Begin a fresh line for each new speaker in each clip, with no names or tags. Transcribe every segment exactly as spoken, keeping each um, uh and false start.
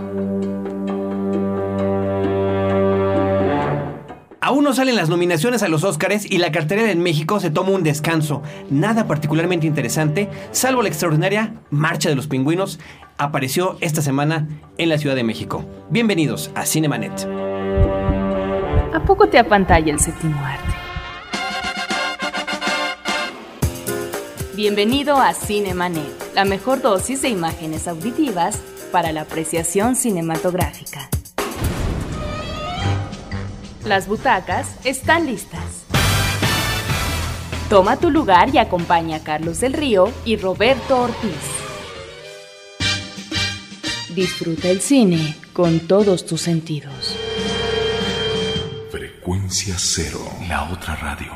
Aún no salen las nominaciones a los Óscares y la cartelera en México se toma un descanso. Nada particularmente interesante, salvo la extraordinaria Marcha de los Pingüinos, apareció esta semana en la Ciudad de México. Bienvenidos a Cinemanet.
¿A poco te apantalla el séptimo arte? Bienvenido a Cinemanet, la mejor dosis de imágenes auditivas para la apreciación cinematográfica. Las butacas están listas. Toma tu lugar y acompaña a Carlos del Río y Roberto Ortiz. Disfruta el cine con todos tus sentidos.
Frecuencia Cero, la otra radio.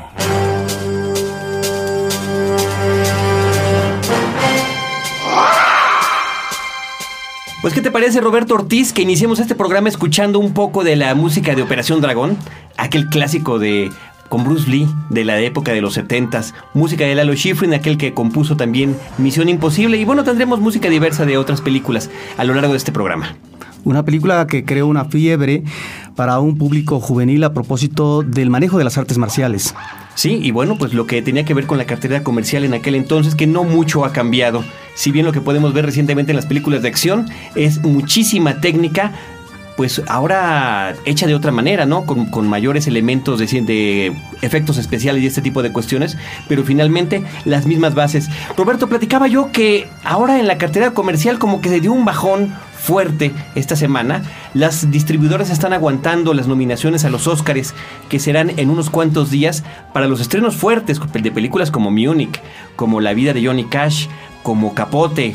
Pues, ¿qué te parece, Roberto Ortiz, que iniciemos este programa escuchando un poco de la música de Operación Dragón? Aquel clásico de con Bruce Lee de la época de los setentas, música de Lalo Schifrin, aquel que compuso también Misión Imposible, y bueno, tendremos música diversa de otras películas a lo largo de este programa.
Una película que creó una fiebre para un público juvenil a propósito del manejo de las artes marciales.
Sí, y bueno, pues lo que tenía que ver con la cartelera comercial en aquel entonces, que no mucho ha cambiado. Si bien lo que podemos ver recientemente en las películas de acción es muchísima técnica, pues ahora hecha de otra manera, ¿no? Con, con mayores elementos de, de efectos especiales y este tipo de cuestiones, pero finalmente las mismas bases. Roberto, platicaba yo que ahora en la cartelera comercial como que se dio un bajón fuerte esta semana. Las distribuidoras están aguantando las nominaciones a los Óscares, que serán en unos cuantos días, para los estrenos fuertes de películas como Munich, como La vida de Johnny Cash, como Capote,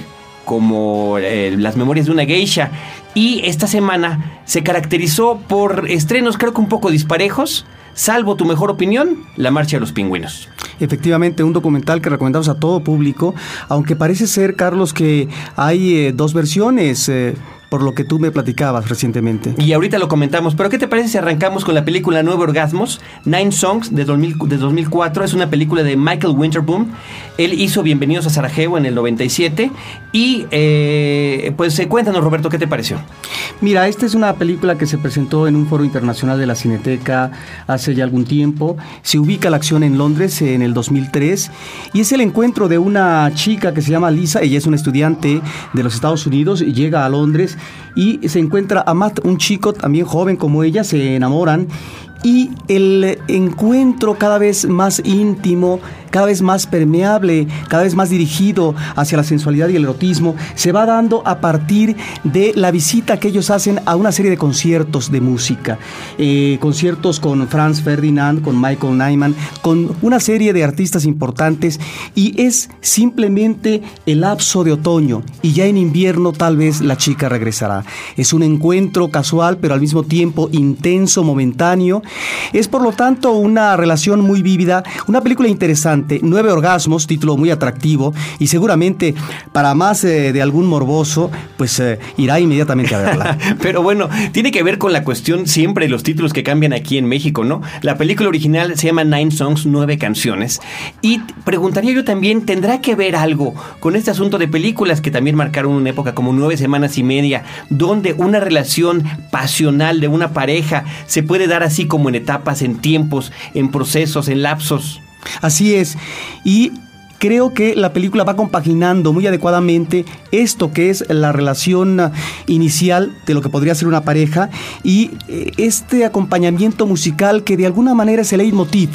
como eh, Las memorias de una geisha. Y esta semana se caracterizó por estrenos creo que un poco disparejos, salvo tu mejor opinión, La marcha de los pingüinos.
Efectivamente, un documental que recomendamos a todo público, aunque parece ser, Carlos, que hay eh, dos versiones, eh, por lo que tú me platicabas recientemente.
Y ahorita lo comentamos, pero ¿qué te parece si arrancamos con la película Nueve Orgasmos? Nine Songs, de, dos mil, de dos mil cuatro, es una película de Michael Winterbottom. Él hizo Bienvenidos a Sarajevo en el noventa y siete. Y eh, pues eh, cuéntanos, Roberto, ¿qué te pareció?
Mira, esta es una película que se presentó en un foro internacional de la Cineteca hace ya algún tiempo. Se ubica la acción en Londres en el dos mil tres y es el encuentro de una chica que se llama Lisa. Ella es una estudiante de los Estados Unidos y llega a Londres y se encuentra a Matt, un chico también joven como ella. Se enamoran y el encuentro cada vez más íntimo, cada vez más permeable, cada vez más dirigido hacia la sensualidad y el erotismo, se va dando a partir de la visita que ellos hacen a una serie de conciertos de música. Eh, conciertos con Franz Ferdinand, con Michael Nyman, con una serie de artistas importantes, y es simplemente el lapso de otoño, y ya en invierno tal vez la chica regresará. Es un encuentro casual, pero al mismo tiempo intenso, momentáneo. Es por lo tanto una relación muy vívida, una película interesante. Nueve Orgasmos, título muy atractivo, y seguramente para más eh, de algún morboso, pues eh, irá inmediatamente a verla.
Pero bueno, tiene que ver con la cuestión siempre de los títulos que cambian aquí en México, ¿no? La película original se llama Nine Songs, Nueve Canciones, y preguntaría yo también, ¿tendrá que ver algo con este asunto de películas que también marcaron una época como Nueve Semanas y Media, donde una relación pasional de una pareja se puede dar así como en etapas, en tiempos, en procesos, en lapsos?
Así es, y creo que la película va compaginando muy adecuadamente esto que es la relación inicial de lo que podría ser una pareja y este acompañamiento musical que de alguna manera es el leitmotiv.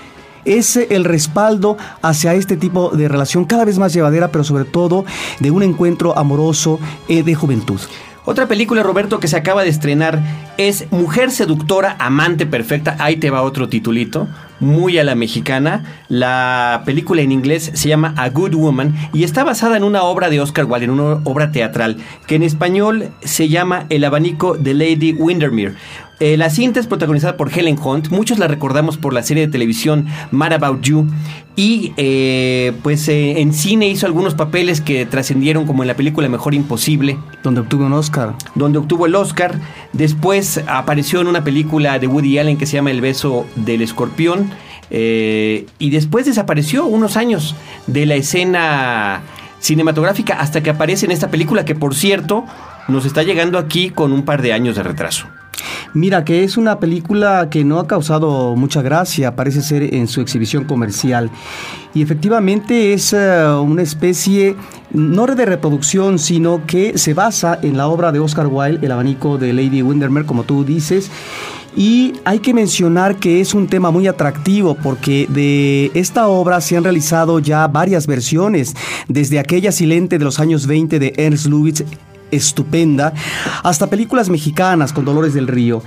Es el respaldo hacia este tipo de relación cada vez más llevadera, pero sobre todo de un encuentro amoroso eh, de juventud.
Otra película, Roberto, que se acaba de estrenar es Mujer Seductora, Amante Perfecta. Ahí te va otro titulito, muy a la mexicana. La película en inglés se llama A Good Woman y está basada en una obra de Oscar Wilde, en una obra teatral, que en español se llama El abanico de Lady Windermere. Eh, la cinta es protagonizada por Helen Hunt. Muchos la recordamos por la serie de televisión Mad About You. Y eh, pues eh, en cine hizo algunos papeles que trascendieron, como en la película Mejor Imposible,
donde obtuvo un Oscar.
Donde obtuvo el Oscar. Después apareció en una película de Woody Allen que se llama El beso del escorpión. Eh, y después desapareció unos años de la escena cinematográfica hasta que aparece en esta película que, por cierto, nos está llegando aquí con un par de años de retraso.
Mira, que es una película que no ha causado mucha gracia, parece ser, en su exhibición comercial. Y efectivamente es uh, una especie, no de reproducción, sino que se basa en la obra de Oscar Wilde, El abanico de Lady Windermere, como tú dices. Y hay que mencionar que es un tema muy atractivo porque de esta obra se han realizado ya varias versiones, desde aquella silente de los años veinte de Ernst Lubitsch, estupenda, hasta películas mexicanas con Dolores del Río.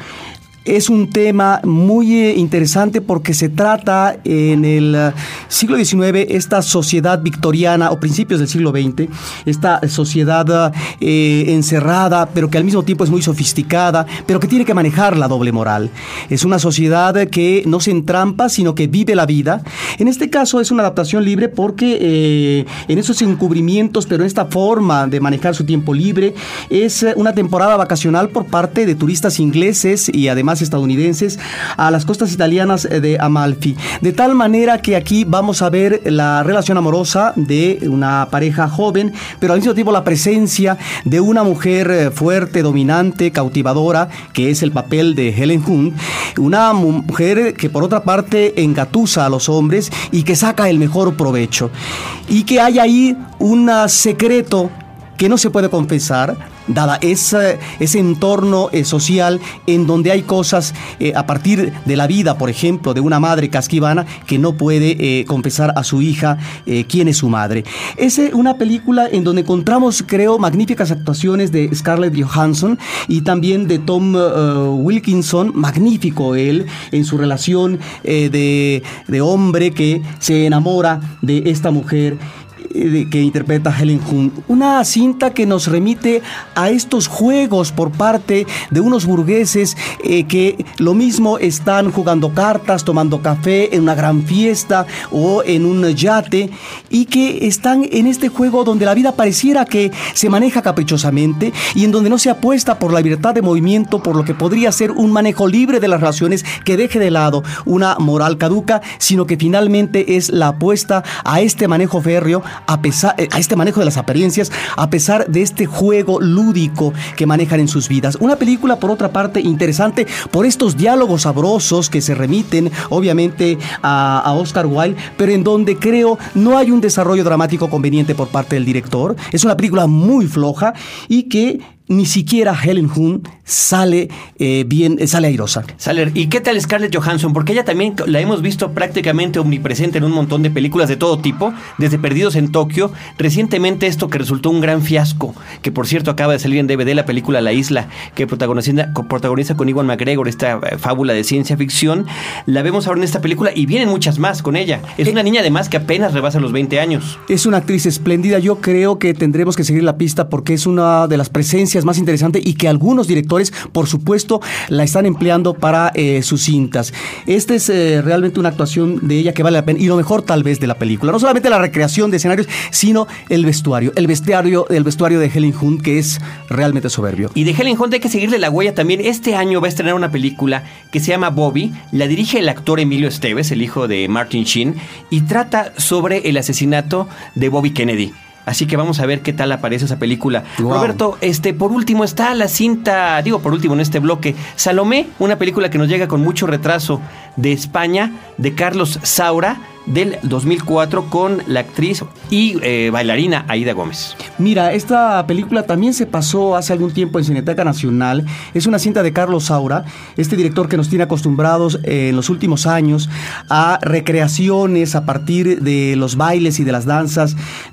Es un tema muy eh, interesante porque se trata en el uh, siglo diecinueve, esta sociedad victoriana o principios del siglo veinte, esta sociedad eh, encerrada, pero que al mismo tiempo es muy sofisticada, pero que tiene que manejar la doble moral. Es una sociedad que no se entrampa, sino que vive la vida. En este caso es una adaptación libre porque eh, en esos encubrimientos, pero en esta forma de manejar su tiempo libre, es una temporada vacacional por parte de turistas ingleses y además estadounidenses a las costas italianas de Amalfi, de tal manera que aquí vamos a ver la relación amorosa de una pareja joven, pero al mismo tiempo la presencia de una mujer fuerte, dominante, cautivadora, que es el papel de Helen Hunt, una mujer que por otra parte engatusa a los hombres y que saca el mejor provecho, y que hay ahí un secreto que no se puede confesar, dada ese, ese entorno eh, social en donde hay cosas eh, a partir de la vida, por ejemplo, de una madre casquivana que no puede eh, confesar a su hija eh, quién es su madre. Es eh, una película en donde encontramos, creo, magníficas actuaciones de Scarlett Johansson y también de Tom uh, Wilkinson, magnífico él en su relación eh, de, de hombre que se enamora de esta mujer que interpreta Helen Hunt. Una cinta que nos remite a estos juegos por parte de unos burgueses eh, que lo mismo están jugando cartas, tomando café en una gran fiesta o en un yate, y que están en este juego donde la vida pareciera que se maneja caprichosamente y en donde no se apuesta por la libertad de movimiento, por lo que podría ser un manejo libre de las relaciones que deje de lado una moral caduca, sino que finalmente es la apuesta a este manejo férreo, a pesar a este manejo de las apariencias, a pesar de este juego lúdico que manejan en sus vidas. Una película, por otra parte, interesante por estos diálogos sabrosos que se remiten, obviamente, a, a Oscar Wilde, pero en donde creo no hay un desarrollo dramático conveniente por parte del director. Es una película muy floja y que ni siquiera Helen Hunt sale eh, bien, sale airosa.
Sale. ¿Y qué tal Scarlett Johansson? Porque ella también la hemos visto prácticamente omnipresente en un montón de películas de todo tipo, desde Perdidos en Tokio, recientemente esto que resultó un gran fiasco, que por cierto acaba de salir en D V D, la película La Isla, que protagoniza, protagoniza con Ewan McGregor, esta fábula de ciencia ficción. La vemos ahora en esta película y vienen muchas más con ella. Es una niña además que apenas rebasa los veinte años.
Es una actriz espléndida. Yo creo que tendremos que seguir la pista porque es una de las presencias más interesante y que algunos directores, por supuesto, la están empleando para eh, sus cintas. Esta es eh, realmente una actuación de ella que vale la pena y lo mejor tal vez de la película. No solamente la recreación de escenarios, sino el vestuario. El vestuario, el vestuario de Helen Hunt, que es realmente soberbio.
Y de Helen Hunt hay que seguirle la huella también. Este año va a estrenar una película que se llama Bobby. La dirige el actor Emilio Esteves, el hijo de Martin Sheen, y trata sobre el asesinato de Bobby Kennedy. Así que vamos a ver qué tal aparece esa película. Wow. Roberto, este, por último está la cinta, digo por último en este bloque, Salomé, una película que nos llega con mucho retraso de España, de Carlos Saura, del dos mil cuatro, con la actriz y eh, bailarina Aida Gómez.
Mira, esta película también se pasó hace algún tiempo en Cineteca Nacional. Es una cinta de Carlos Saura, este director que nos tiene acostumbrados eh, en los últimos años a recreaciones a partir de los bailes y de las danzas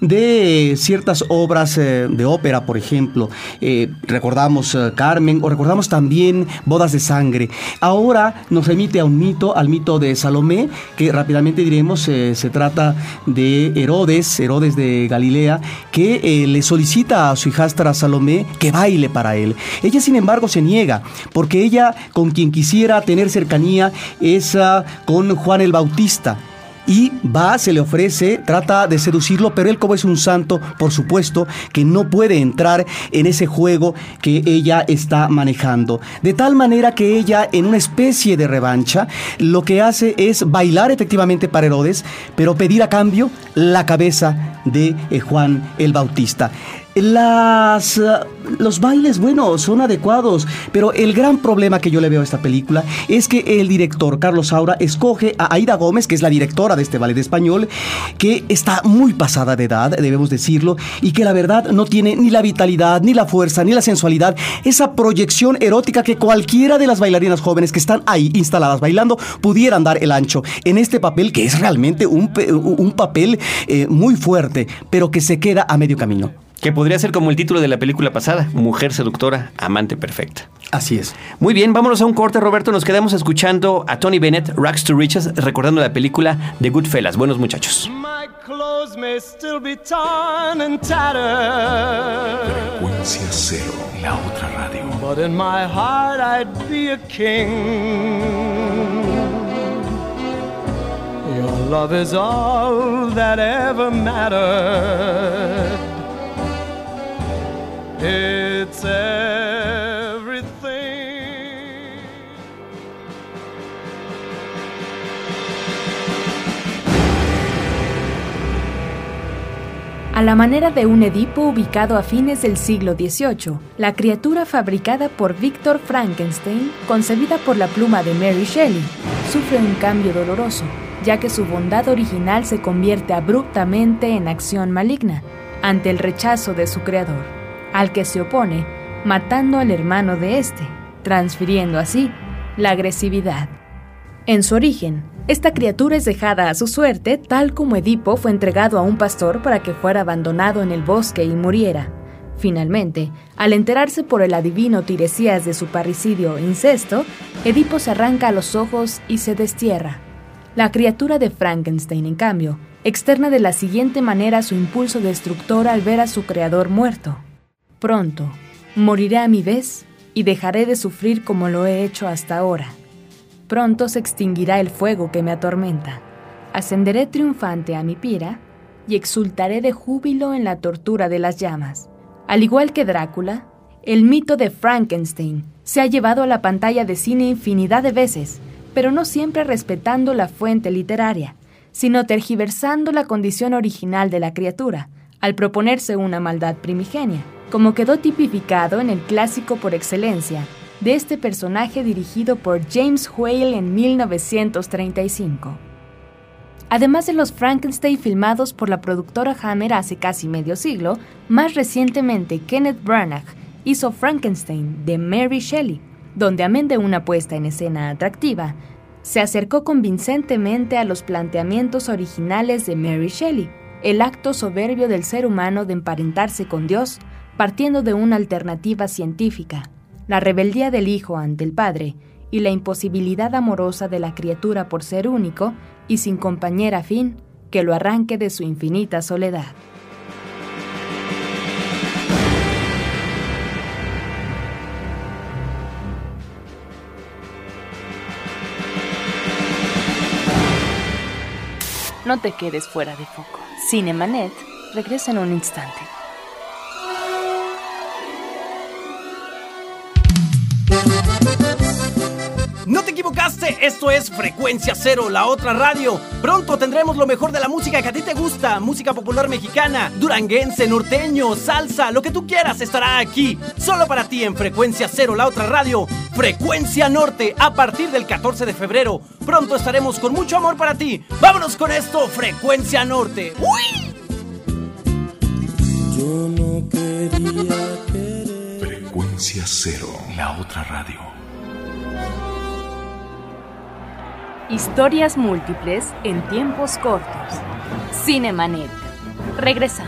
de eh, ciertas obras eh, de ópera, por ejemplo. Eh, recordamos eh, Carmen o recordamos también Bodas de Sangre. Ahora nos remite a un mito, al mito de Salomé, que rápidamente diremos eh, se trata de Herodes, Herodes de Galilea, que eh, le solicita a su hijastra Salomé que baile para él. Ella, sin embargo, se niega, porque ella con quien quisiera tener cercanía es uh, con Juan el Bautista. y va, se le ofrece, trata de seducirlo, pero él, como es un santo, por supuesto que no puede entrar en ese juego que ella está manejando. De tal manera que ella, en una especie de revancha, lo que hace es bailar efectivamente para Herodes, pero pedir a cambio la cabeza de eh, Juan el Bautista. Las, uh, los bailes, bueno, son adecuados, pero el gran problema que yo le veo a esta película es que el director, Carlos Saura, escoge a Aida Gómez, que es la directora de este ballet español, que está muy pasada de edad, debemos decirlo, y que la verdad no tiene ni la vitalidad, ni la fuerza, ni la sensualidad, esa proyección erótica que cualquiera de las bailarinas jóvenes que están ahí instaladas bailando pudieran dar el ancho en este papel, que es realmente un, un papel eh, muy fuerte, pero que se queda a medio camino.
Que podría ser como el título de la película pasada, Mujer seductora, amante perfecta.
Así es.
Muy bien, vámonos a un corte, Roberto. Nos quedamos escuchando a Tony Bennett, Rags to Riches, recordando la película The Goodfellas. Buenos muchachos.
My clothes may still be torn and tattered.
Frecuencia Cero, la otra radio.
But in my heart I'd be a king. Your love is all that ever mattered. It's everything.
A la manera de un Edipo ubicado a fines del siglo dieciocho, la criatura fabricada por Víctor Frankenstein, concebida por la pluma de Mary Shelley, sufre un cambio doloroso, ya que su bondad original se convierte abruptamente en acción maligna ante el rechazo de su creador, al que se opone, matando al hermano de este, transfiriendo así la agresividad. En su origen, esta criatura es dejada a su suerte, tal como Edipo fue entregado a un pastor para que fuera abandonado en el bosque y muriera. Finalmente, al enterarse por el adivino Tiresias de su parricidio e incesto, Edipo se arranca los ojos y se destierra. La criatura de Frankenstein, en cambio, externa de la siguiente manera su impulso destructor al ver a su creador muerto. Pronto, moriré a mi vez y dejaré de sufrir como lo he hecho hasta ahora. Pronto se extinguirá el fuego que me atormenta. Ascenderé triunfante a mi pira y exultaré de júbilo en la tortura de las llamas. Al igual que Drácula, el mito de Frankenstein se ha llevado a la pantalla de cine infinidad de veces, pero no siempre respetando la fuente literaria, sino tergiversando la condición original de la criatura, al proponerse una maldad primigenia, como quedó tipificado en el clásico por excelencia de este personaje dirigido por James Whale en mil novecientos treinta y cinco. Además de los Frankenstein filmados por la productora Hammer hace casi medio siglo, más recientemente Kenneth Branagh hizo Frankenstein de Mary Shelley, donde amén de una puesta en escena atractiva, se acercó convincentemente a los planteamientos originales de Mary Shelley, el acto soberbio del ser humano de emparentarse con Dios, partiendo de una alternativa científica, la rebeldía del hijo ante el padre y la imposibilidad amorosa de la criatura por ser único y sin compañera fin que lo arranque de su infinita soledad. No te quedes fuera de foco. Cinemanet regresa en un instante.
No te equivocaste, esto es Frecuencia Cero, la otra radio. Pronto tendremos lo mejor de la música que a ti te gusta, música popular mexicana, duranguense, norteño, salsa, lo que tú quieras estará aquí, solo para ti en Frecuencia Cero, la otra radio, Frecuencia Norte, a partir del catorce de febrero. Pronto estaremos con mucho amor para ti. Vámonos con esto, Frecuencia Norte. ¡Uy!
Yo no quería querer.
Frecuencia Cero, la otra radio.
Historias múltiples en tiempos cortos. Cinemanet. Regresamos.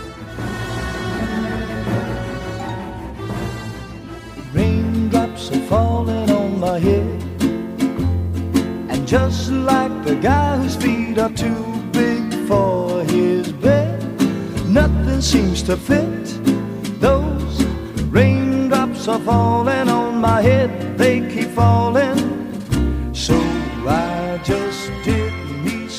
Raindrops are falling on my head, and just like the guy whose feet are too big for his bed, nothing seems to fit. Those raindrops are falling on my head, they keep falling. So I just did me some talk.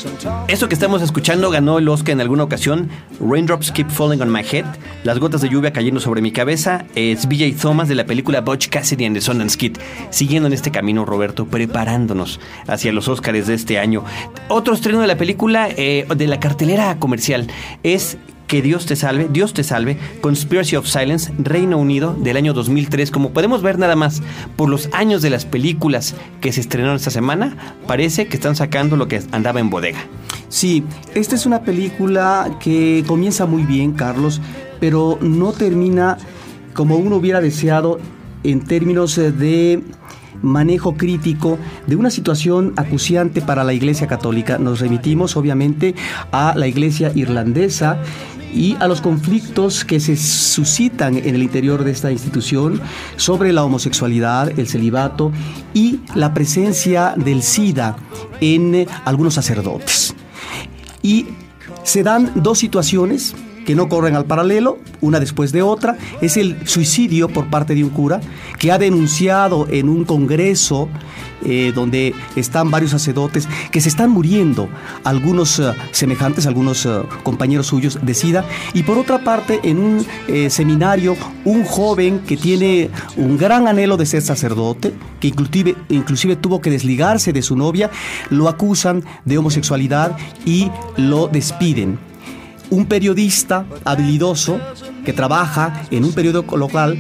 Esto que estamos escuchando ganó el Oscar en alguna ocasión. Raindrops Keep Falling on My Head, las gotas de lluvia cayendo sobre mi cabeza. Es B J Thomas de la película Butch Cassidy and the Sundance Kid. Siguiendo en este camino, Roberto, preparándonos hacia los Oscars de este año. Otro estreno de la película, eh, de la cartelera comercial, es Que Dios te salve, Dios te salve, Conspiracy of Silence, Reino Unido, del año dos mil tres. Como podemos ver nada más por los años de las películas que se estrenaron esta semana, parece que están sacando lo que andaba en bodega.
Sí, esta es una película que comienza muy bien, Carlos, pero no termina como uno hubiera deseado en términos de manejo crítico de una situación acuciante para la Iglesia Católica. Nos remitimos obviamente a la Iglesia irlandesa y a los conflictos que se suscitan en el interior de esta institución sobre la homosexualidad, el celibato y la presencia del SIDA en algunos sacerdotes. Y se dan dos situaciones que no corren al paralelo, una después de otra. Es el suicidio por parte de un cura que ha denunciado en un congreso eh, donde están varios sacerdotes que se están muriendo, algunos uh, semejantes, algunos uh, compañeros suyos de SIDA. Y por otra parte, en un eh, seminario, un joven que tiene un gran anhelo de ser sacerdote, que inclusive, inclusive tuvo que desligarse de su novia, lo acusan de homosexualidad y lo despiden. Un periodista habilidoso que trabaja en un periódico local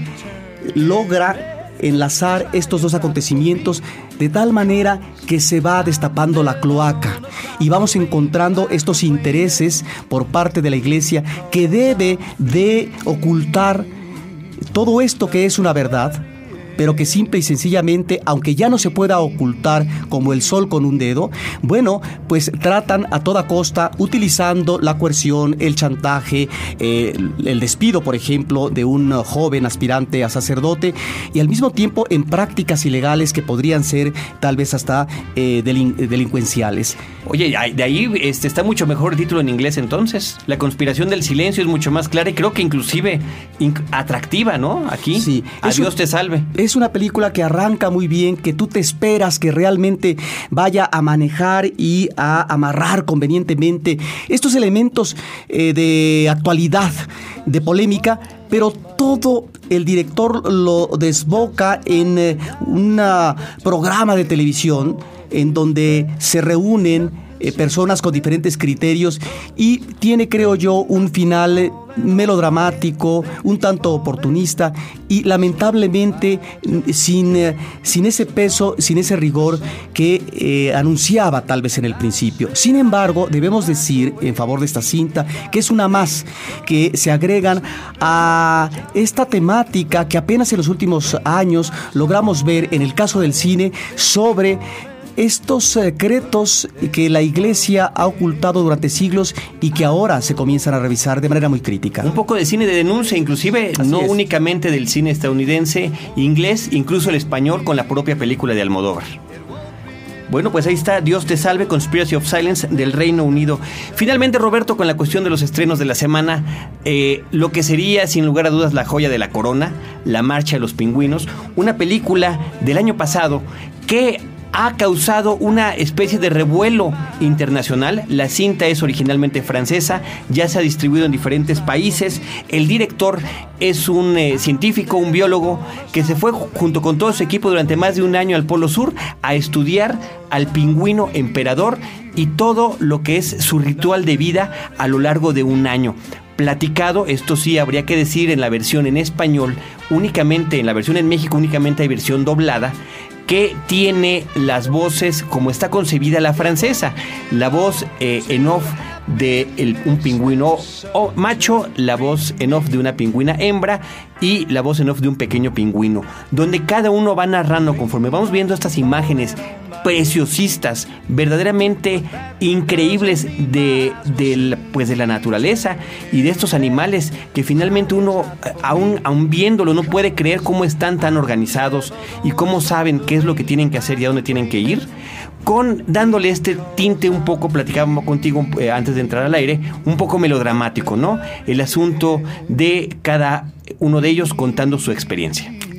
logra enlazar estos dos acontecimientos de tal manera que se va destapando la cloaca y vamos encontrando estos intereses por parte de la Iglesia que debe de ocultar todo esto que es una verdad, pero que simple y sencillamente, aunque ya no se pueda ocultar como el sol con un dedo, bueno, pues tratan a toda costa, utilizando la coerción, el chantaje, eh, el despido, por ejemplo, de un joven aspirante a sacerdote, y al mismo tiempo en prácticas ilegales que podrían ser tal vez hasta eh, delin- delincuenciales.
Oye, de ahí este, está mucho mejor el título en inglés entonces. La conspiración del silencio es mucho más clara y creo que inclusive inc- atractiva, ¿no? Aquí,
sí,
a Dios te salve.
Es una película que arranca muy bien, que tú te esperas que realmente vaya a manejar y a amarrar convenientemente estos elementos eh, de actualidad, de polémica, pero todo el director lo desboca en eh, un programa de televisión en donde se reúnen eh, personas con diferentes criterios y tiene, creo yo, un final melodramático, un tanto oportunista y lamentablemente sin, eh, sin ese peso, sin ese rigor que eh, anunciaba tal vez en el principio. Sin embargo, debemos decir en favor de esta cinta que es una más que se agregan a esta temática que apenas en los últimos años logramos ver en el caso del cine sobre estos secretos que la Iglesia ha ocultado durante siglos y que ahora se comienzan a revisar de manera muy crítica.
Un poco de cine de denuncia, inclusive Así no es. únicamente del cine estadounidense, inglés, incluso el español con la propia película de Almodóvar. Bueno, pues ahí está, Dios te salve, Conspiracy of Silence del Reino Unido. Finalmente, Roberto, con la cuestión de los estrenos de la semana, eh, lo que sería, sin lugar a dudas, la joya de la corona, La Marcha de los Pingüinos, una película del año pasado que ha causado una especie de revuelo internacional. La cinta es originalmente francesa, ya se ha distribuido en diferentes países. El director es un eh, científico, un biólogo, que se fue junto con todo su equipo durante más de un año al Polo Sur a estudiar al pingüino emperador y todo lo que es su ritual de vida a lo largo de un año. Platicado, esto sí habría que decir en la versión en español, únicamente en la versión en México únicamente hay versión doblada, que tiene las voces como está concebida la francesa, la voz eh, en off de el, un pingüino o macho, la voz en off de una pingüina hembra y la voz en off de un pequeño pingüino, donde cada uno va narrando conforme vamos viendo estas imágenes preciosistas, verdaderamente increíbles de, de, pues de la naturaleza y de estos animales que finalmente uno, aún, aún viéndolo, no puede creer cómo están tan organizados y cómo saben qué es lo que tienen que hacer y a dónde tienen que ir, con dándole este tinte un poco, platicábamos contigo eh, antes de entrar al aire, un poco melodramático, ¿no? El asunto de cada uno de ellos contando su experiencia.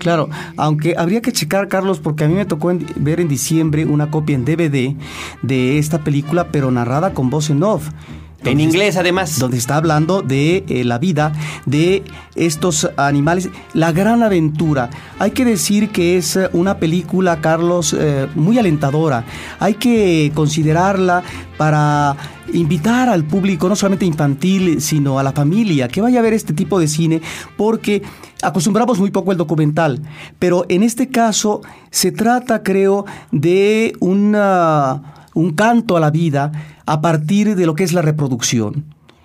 Claro, aunque habría que checar, Carlos, porque a mí me tocó en, ver en diciembre una copia en D V D de esta película, pero narrada con voz en off.
En inglés, además.
Donde está hablando de eh, la vida de estos animales. La gran aventura. Hay que decir que es una película, Carlos, eh, muy alentadora. Hay que considerarla para invitar al público, no solamente infantil, sino a la familia, que vaya a ver este tipo de cine, porque acostumbramos muy poco el documental. Pero en este caso se trata, creo, de una... un canto a la vida a partir de lo que es la reproducción.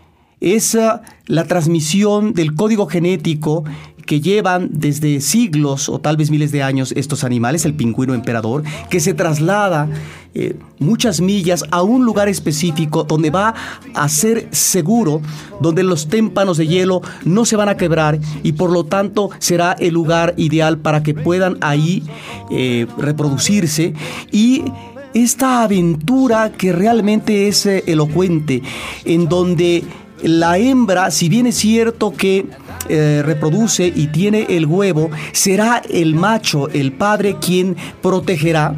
Es uh, la transmisión del código genético que llevan desde siglos o tal vez miles de años estos animales, el pingüino emperador, que se traslada eh, muchas millas a un lugar específico donde va a ser seguro, donde los témpanos de hielo no se van a quebrar y por lo tanto será el lugar ideal para que puedan ahí eh, reproducirse. Y esta aventura que realmente es eh, elocuente, en donde la hembra, si bien es cierto que eh, reproduce y tiene el huevo, será el macho, el padre, quien protegerá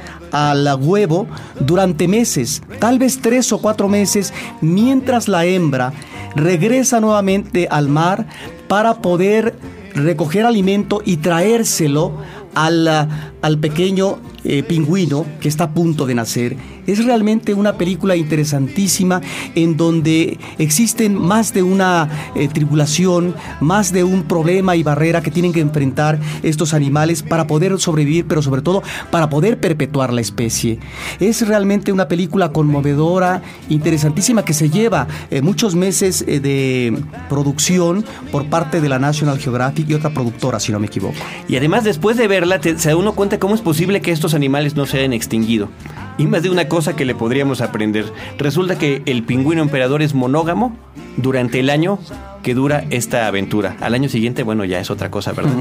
al huevo durante meses, tal vez tres o cuatro meses, mientras la hembra regresa nuevamente al mar para poder recoger alimento y traérselo al, al pequeño eh, pingüino que está a punto de nacer. Es realmente una película interesantísima en donde existen más de una eh, tribulación, más de un problema y barrera que tienen que enfrentar estos animales para poder sobrevivir, pero sobre todo para poder perpetuar la especie. Es realmente una película conmovedora, interesantísima, que se lleva eh, muchos meses eh, de producción por parte de la National Geographic y otra productora, si no me equivoco.
Y además, después de verla, te, se da uno cuenta cómo es posible que estos animales no se hayan extinguido. Y más de una cosa que le podríamos aprender. Resulta que el pingüino emperador es monógamo durante el año que dura esta aventura. Al año siguiente, bueno, ya es otra cosa, ¿verdad?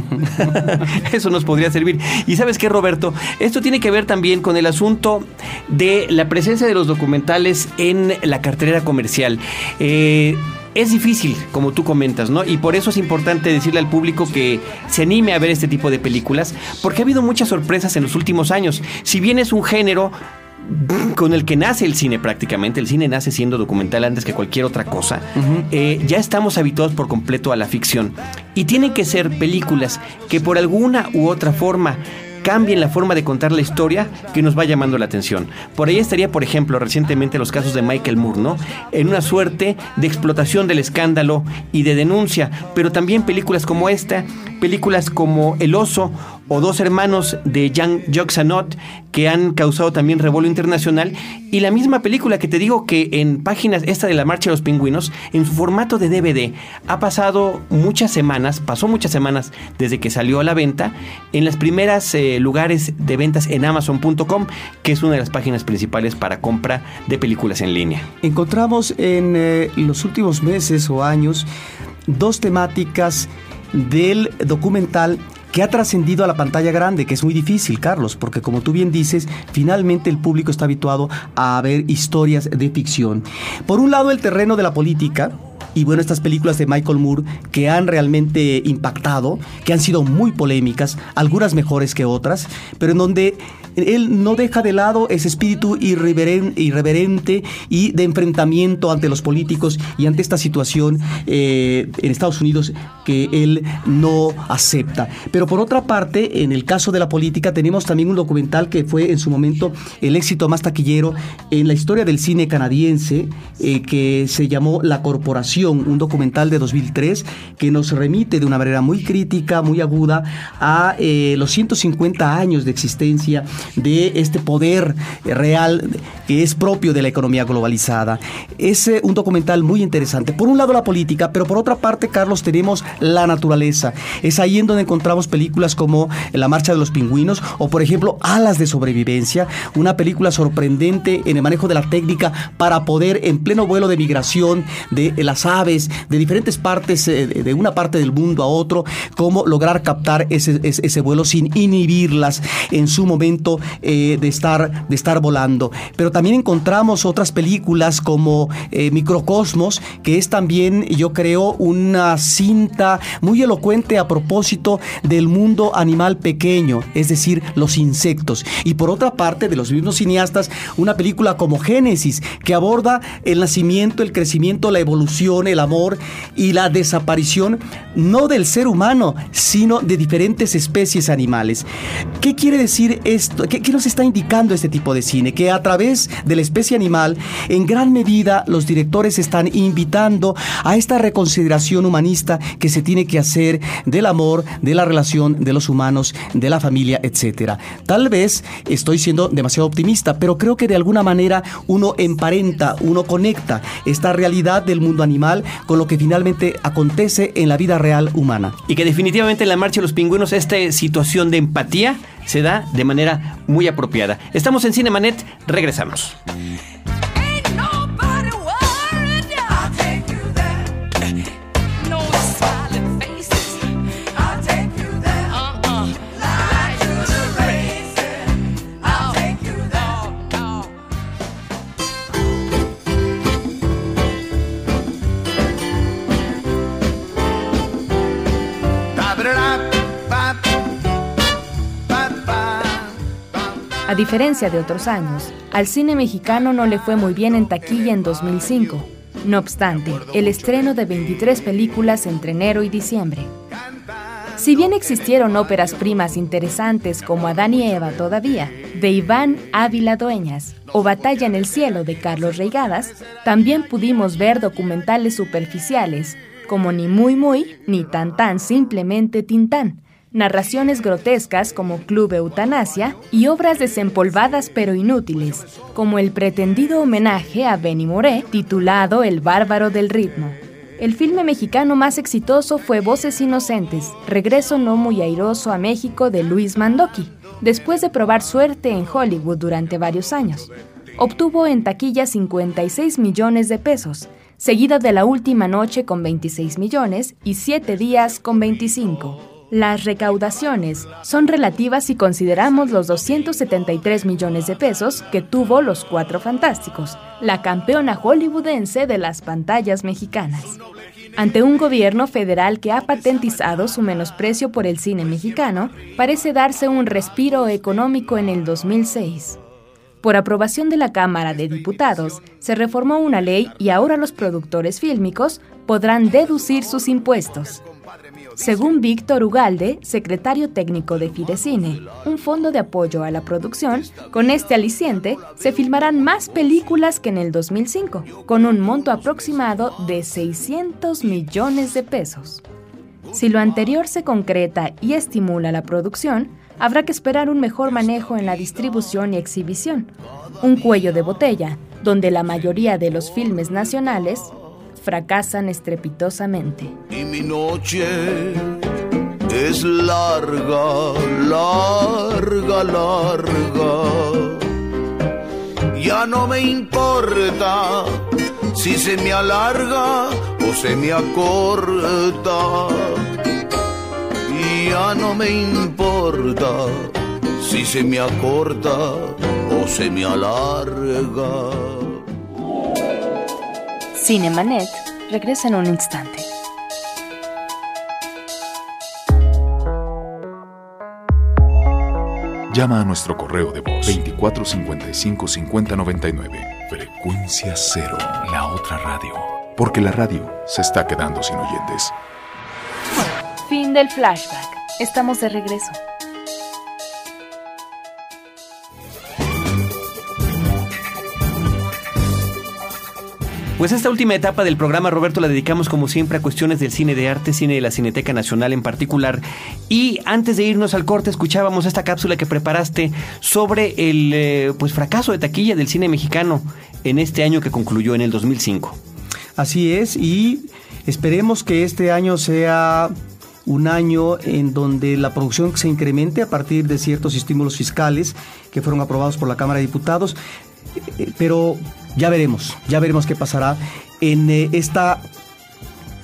Eso nos podría servir. Y ¿sabes qué, Roberto? Esto tiene que ver también con el asunto de la presencia de los documentales en la cartelera comercial. Eh... Es difícil, como tú comentas, ¿no? Y por eso es importante decirle al público que se anime a ver este tipo de películas, porque ha habido muchas sorpresas en los últimos años. Si bien es un género con el que nace el cine prácticamente, el cine nace siendo documental antes que cualquier otra cosa, uh-huh. eh, ya estamos habituados por completo a la ficción. Y tienen que ser películas que por alguna u otra forma cambien la forma de contar la historia que nos va llamando la atención. Por ahí estaría, por ejemplo, recientemente los casos de Michael Moore, ¿no? En una suerte de explotación del escándalo y de denuncia, pero también películas como esta, películas como El Oso o Dos Hermanos de Jean-Jacques Annaud, que han causado también revuelo internacional, y la misma película que te digo que en páginas, esta de La Marcha de los Pingüinos, en su formato de D V D, ha pasado muchas semanas, pasó muchas semanas desde que salió a la venta, en las primeras eh, lugares de ventas en Amazon punto com, que es una de las páginas principales para compra de películas en línea.
Encontramos en eh, los últimos meses o años dos temáticas del documental que ha trascendido a la pantalla grande, que es muy difícil, Carlos, porque como tú bien dices, finalmente el público está habituado a ver historias de ficción. Por un lado, el terreno de la política, y bueno, estas películas de Michael Moore que han realmente impactado, que han sido muy polémicas, algunas mejores que otras, pero en donde él no deja de lado ese espíritu irreveren, irreverente y de enfrentamiento ante los políticos y ante esta situación eh, en Estados Unidos que él no acepta. Pero por otra parte, en el caso de la política, tenemos también un documental que fue en su momento el éxito más taquillero en la historia del cine canadiense, eh, que se llamó La Corporación, un documental de dos mil tres que nos remite de una manera muy crítica, muy aguda a eh, los ciento cincuenta años de existencia de este poder real que es propio de la economía globalizada. Es eh, un documental muy interesante. Por un lado la política, pero por otra parte, Carlos, tenemos la naturaleza. Es ahí en donde encontramos películas como La Marcha de los Pingüinos o, por ejemplo, Alas de Sobrevivencia, una película sorprendente en el manejo de la técnica para poder, en pleno vuelo de migración de las aves de diferentes partes, eh, de una parte del mundo a otro, cómo lograr captar ese, ese, ese vuelo sin inhibirlas en su momento eh, de, estar, de estar volando. Pero también encontramos otras películas como eh, Microcosmos, que es también, yo creo, una cinta muy elocuente a propósito del mundo animal pequeño, es decir, los insectos. Y por otra parte, de los mismos cineastas, una película como Génesis, que aborda el nacimiento, el crecimiento, la evolución, el amor y la desaparición, no del ser humano, sino de diferentes especies animales. ¿Qué quiere decir esto? ¿Qué, qué nos está indicando este tipo de cine? Que a través de la especie animal, en gran medida, los directores están invitando a esta reconsideración humanista que se tiene que hacer del amor, de la relación de los humanos, de la familia, etcétera. Tal vez estoy siendo demasiado optimista, pero creo que de alguna manera uno emparenta, uno conecta esta realidad del mundo animal con lo que finalmente acontece en la vida real humana.
Y que definitivamente en La Marcha de los Pingüinos esta situación de empatía se da de manera muy apropiada. Estamos en Cinemanet, regresamos.
A diferencia de otros años, al cine mexicano no le fue muy bien en taquilla en dos mil cinco. No obstante, el estreno de veintitrés películas entre enero y diciembre. Si bien existieron óperas primas interesantes como Adán y Eva todavía, de Iván Ávila Dueñas, o Batalla en el cielo de Carlos Reigadas, también pudimos ver documentales superficiales como Ni muy muy, ni tan tan, simplemente Tintán, narraciones grotescas como Club Eutanasia y obras desempolvadas pero inútiles, como el pretendido homenaje a Benny Moré titulado El bárbaro del ritmo. El filme mexicano más exitoso fue Voces Inocentes, regreso no muy airoso a México de Luis Mandoki, después de probar suerte en Hollywood durante varios años. Obtuvo en taquilla cincuenta y seis millones de pesos, seguida de La Última Noche con veintiséis millones y Siete Días con veinticinco. Las recaudaciones son relativas si consideramos los doscientos setenta y tres millones de pesos que tuvo Los Cuatro Fantásticos, la campeona hollywoodense de las pantallas mexicanas. Ante un gobierno federal que ha patentizado su menosprecio por el cine mexicano, parece darse un respiro económico en el dos mil seis. Por aprobación de la Cámara de Diputados, se reformó una ley y ahora los productores fílmicos podrán deducir sus impuestos. Según Víctor Ugalde, secretario técnico de Fidecine, un fondo de apoyo a la producción, con este aliciente se filmarán más películas que en el dos mil cinco, con un monto aproximado de seiscientos millones de pesos. Si lo anterior se concreta y estimula la producción, habrá que esperar un mejor manejo en la distribución y exhibición, un cuello de botella, donde la mayoría de los filmes nacionales fracasan estrepitosamente.
Y mi noche es larga, larga, larga. Ya no me importa si se me alarga o se me acorta. Y ya no me importa si se me acorta o se me alarga.
Cinemanet regresa en un instante.
Llama a nuestro correo de voz veinticuatro cincuenta y cinco cincuenta noventa y nueve. Frecuencia Cero, la otra radio. Porque la radio se está quedando sin oyentes.
Fin del flashback. Estamos de regreso.
Pues esta última etapa del programa, Roberto, la dedicamos como siempre a cuestiones del cine de arte, cine de la Cineteca Nacional en particular. Y antes de irnos al corte, escuchábamos esta cápsula que preparaste sobre el eh, pues fracaso de taquilla del cine mexicano en este año que concluyó en el dos mil cinco.
Así es, y esperemos que este año sea un año en donde la producción se incremente a partir de ciertos estímulos fiscales que fueron aprobados por la Cámara de Diputados, pero ya veremos, ya veremos qué pasará en eh, esta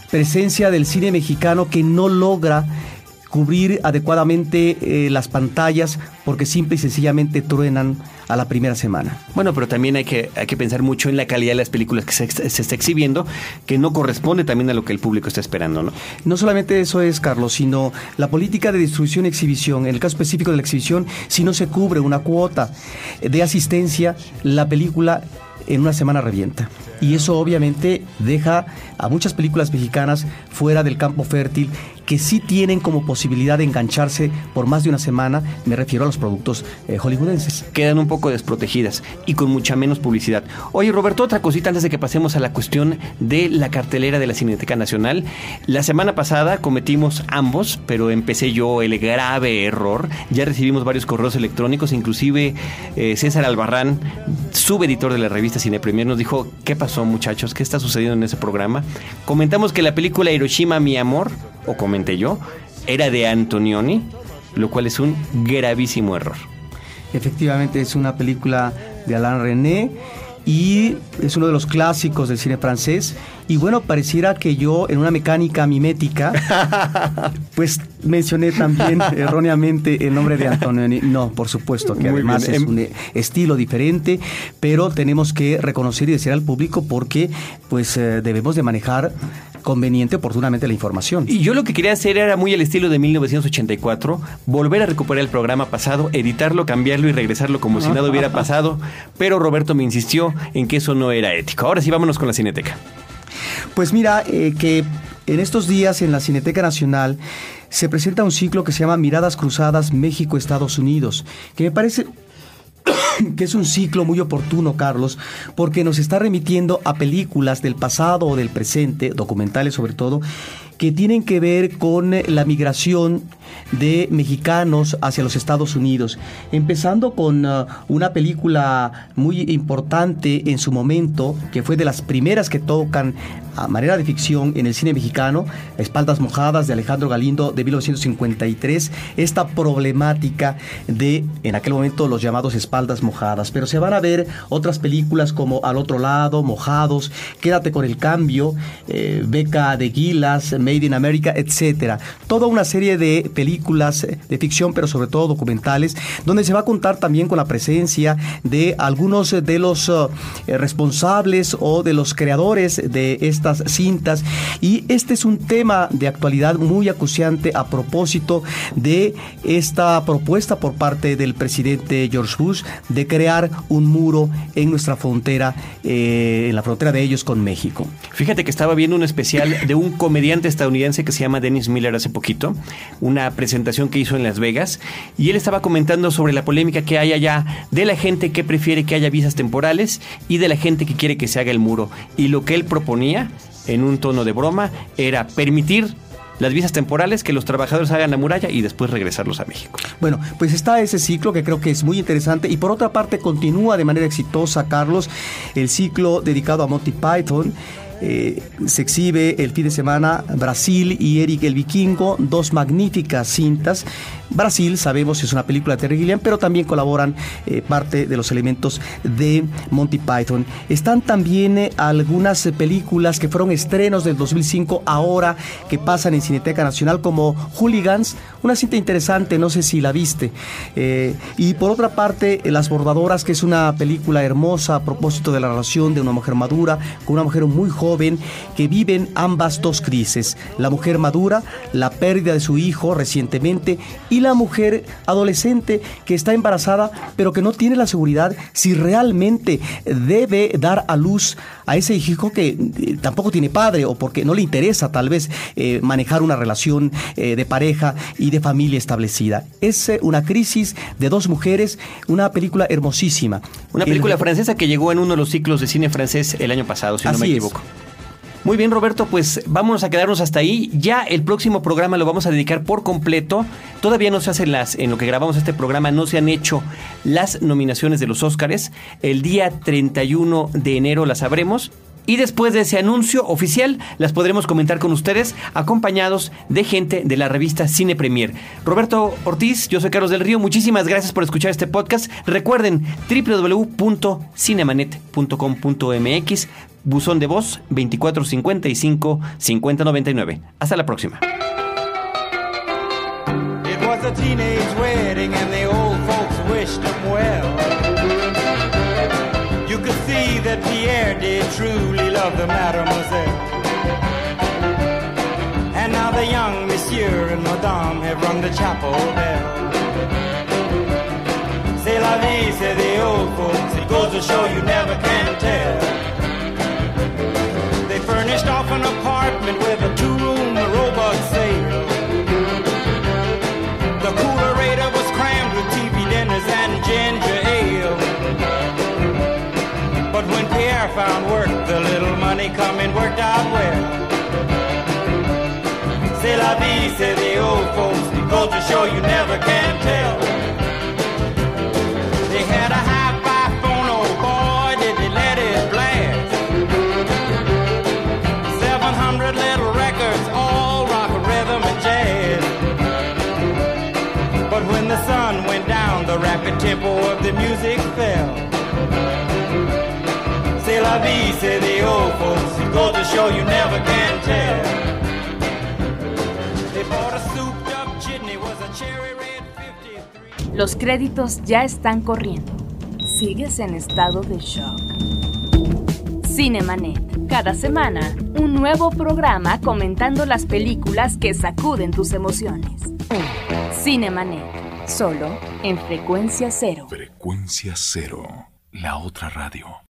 presencia del cine mexicano que no logra cubrir adecuadamente eh, las pantallas porque simple y sencillamente truenan a la primera semana.
Bueno, pero también hay que, hay que pensar mucho en la calidad de las películas que se, se está exhibiendo, que no corresponde también a lo que el público está esperando, ¿no?
No solamente eso es, Carlos, sino la política de distribución y exhibición. En el caso específico de la exhibición, si no se cubre una cuota de asistencia, la película en una semana revienta. Y eso obviamente deja a muchas películas mexicanas fuera del campo fértil que sí tienen como posibilidad de engancharse por más de una semana, me refiero a los productos eh, hollywoodenses.
Quedan un poco desprotegidas y con mucha menos publicidad. Oye, Roberto, otra cosita antes de que pasemos a la cuestión de la cartelera de la Cineteca Nacional. La semana pasada cometimos ambos, pero empecé yo el grave error. Ya recibimos varios correos electrónicos, inclusive eh, César Albarrán, subeditor de la revista Cine Premier, nos dijo, ¿qué pasó, muchachos? ¿Qué está sucediendo en ese programa? Comentamos que la película Hiroshima, mi amor, o comenté yo, era de Antonioni, lo cual es un gravísimo error.
Efectivamente es una película de Alain Resnais y es uno de los clásicos del cine francés. Y bueno, pareciera que yo en una mecánica mimética pues mencioné también erróneamente el nombre de Antonioni. No, por supuesto que
Muy
además
bien.
es un estilo diferente, pero tenemos que reconocer y decir al público porque pues eh, debemos de manejar conveniente, oportunamente la información.
Y yo lo que quería hacer era muy al estilo de mil novecientos ochenta y cuatro, volver a recuperar el programa pasado, editarlo, cambiarlo y regresarlo como si nada hubiera pasado, pero Roberto me insistió en que eso no era ético. Ahora sí, vámonos con la Cineteca.
Pues mira, eh, que en estos días en la Cineteca Nacional se presenta un ciclo que se llama Miradas Cruzadas México-Estados Unidos, que me parece que es un ciclo muy oportuno, Carlos, porque nos está remitiendo a películas del pasado o del presente, documentales sobre todo, que tienen que ver con la migración de mexicanos hacia los Estados Unidos. Empezando con uh, una película muy importante en su momento, que fue de las primeras que tocan a manera de ficción en el cine mexicano, Espaldas Mojadas, de Alejandro Galindo, de mil novecientos cincuenta y tres, esta problemática de, en aquel momento, los llamados espaldas mojadas. Pero se van a ver otras películas como Al Otro Lado, Mojados, Quédate con el Cambio, eh, Beca de Gilas, Made in America, etcétera. Toda una serie de películas de ficción, pero sobre todo documentales, donde se va a contar también con la presencia de algunos de los uh, responsables o de los creadores de estas cintas. Y este es un tema de actualidad muy acuciante a propósito de esta propuesta por parte del presidente George Bush de crear un muro en nuestra frontera, eh, en la frontera de ellos con México.
Fíjate que estaba viendo un especial de un comediante estadounidense que se llama Dennis Miller hace poquito, una presentación que hizo en Las Vegas, y él estaba comentando sobre la polémica que hay allá de la gente que prefiere que haya visas temporales y de la gente que quiere que se haga el muro. Y lo que él proponía, en un tono de broma, era permitir las visas temporales, que los trabajadores hagan la muralla y después regresarlos a México.
Bueno, pues está ese ciclo que creo que es muy interesante, y por otra parte continúa de manera exitosa, Carlos, el ciclo dedicado a Monty Python. Eh, se exhibe el fin de semana Brasil y Eric el Vikingo, dos magníficas cintas. Brasil, sabemos, es una película de Terry Gilliam, pero también colaboran eh, parte de los elementos de Monty Python. Están también eh, algunas eh, películas que fueron estrenos del dos mil cinco, ahora que pasan en Cineteca Nacional, como Hooligans, una cinta interesante, no sé si la viste. Eh, y por otra parte, eh, Las Bordadoras, que es una película hermosa a propósito de la relación de una mujer madura con una mujer muy joven, que viven ambas dos crisis: la mujer madura, la pérdida de su hijo recientemente, y la mujer adolescente que está embarazada pero que no tiene la seguridad si realmente debe dar a luz a ese hijo que eh, tampoco tiene padre, o porque no le interesa tal vez eh, manejar una relación eh, de pareja y de familia establecida. Es eh, una crisis de dos mujeres, una película hermosísima.
Una película
el...
francesa que llegó en uno de los ciclos de cine francés el año pasado, si
Así
no me equivoco. Es. Muy bien, Roberto, pues vámonos a quedarnos hasta ahí. Ya el próximo programa lo vamos a dedicar por completo. Todavía no se hacen las, en lo que grabamos este programa, no se han hecho las nominaciones de los Óscares. El día treinta y uno de enero las sabremos. Y después de ese anuncio oficial, las podremos comentar con ustedes, acompañados de gente de la revista Cine Premier. Roberto Ortiz, yo soy Carlos del Río, muchísimas gracias por escuchar este podcast. Recuerden, doble u doble u doble u punto cinemanet punto com punto m x, buzón de voz veinticuatro cincuenta y cinco cincuenta noventa y nueve. Hasta la próxima.
It was a teenage wedding and the old folks wished him well. You could see that Pierre did truly love the mademoiselle. And now the young monsieur and madame have rung the chapel bell. C'est la vie, say the old folks, it goes to show you never can tell. They furnished off an apartment with a two-room robot sale. The coolerator was crammed with T V dinners and ginger ale. But when Pierre found work, the little money coming worked out well. C'est la vie, say the old folks, it goes to show you never can tell. They had a hi-fi phone, oh boy, did they let it blast. Seven hundred little records, all rock, rhythm, and jazz. But when the sun went down, the rapid tempo of the music fell. C'est la vie, say the old folks, it goes to show you never can tell. They bought a souped up chitney, was a cherry red fifty-three.
Los créditos ya están corriendo. Sigues en estado de shock. Cinemanet. Cada semana, un nuevo programa comentando las películas que sacuden tus emociones. Cinemanet. Solo en Frecuencia Cero.
Frecuencia Cero, la otra radio.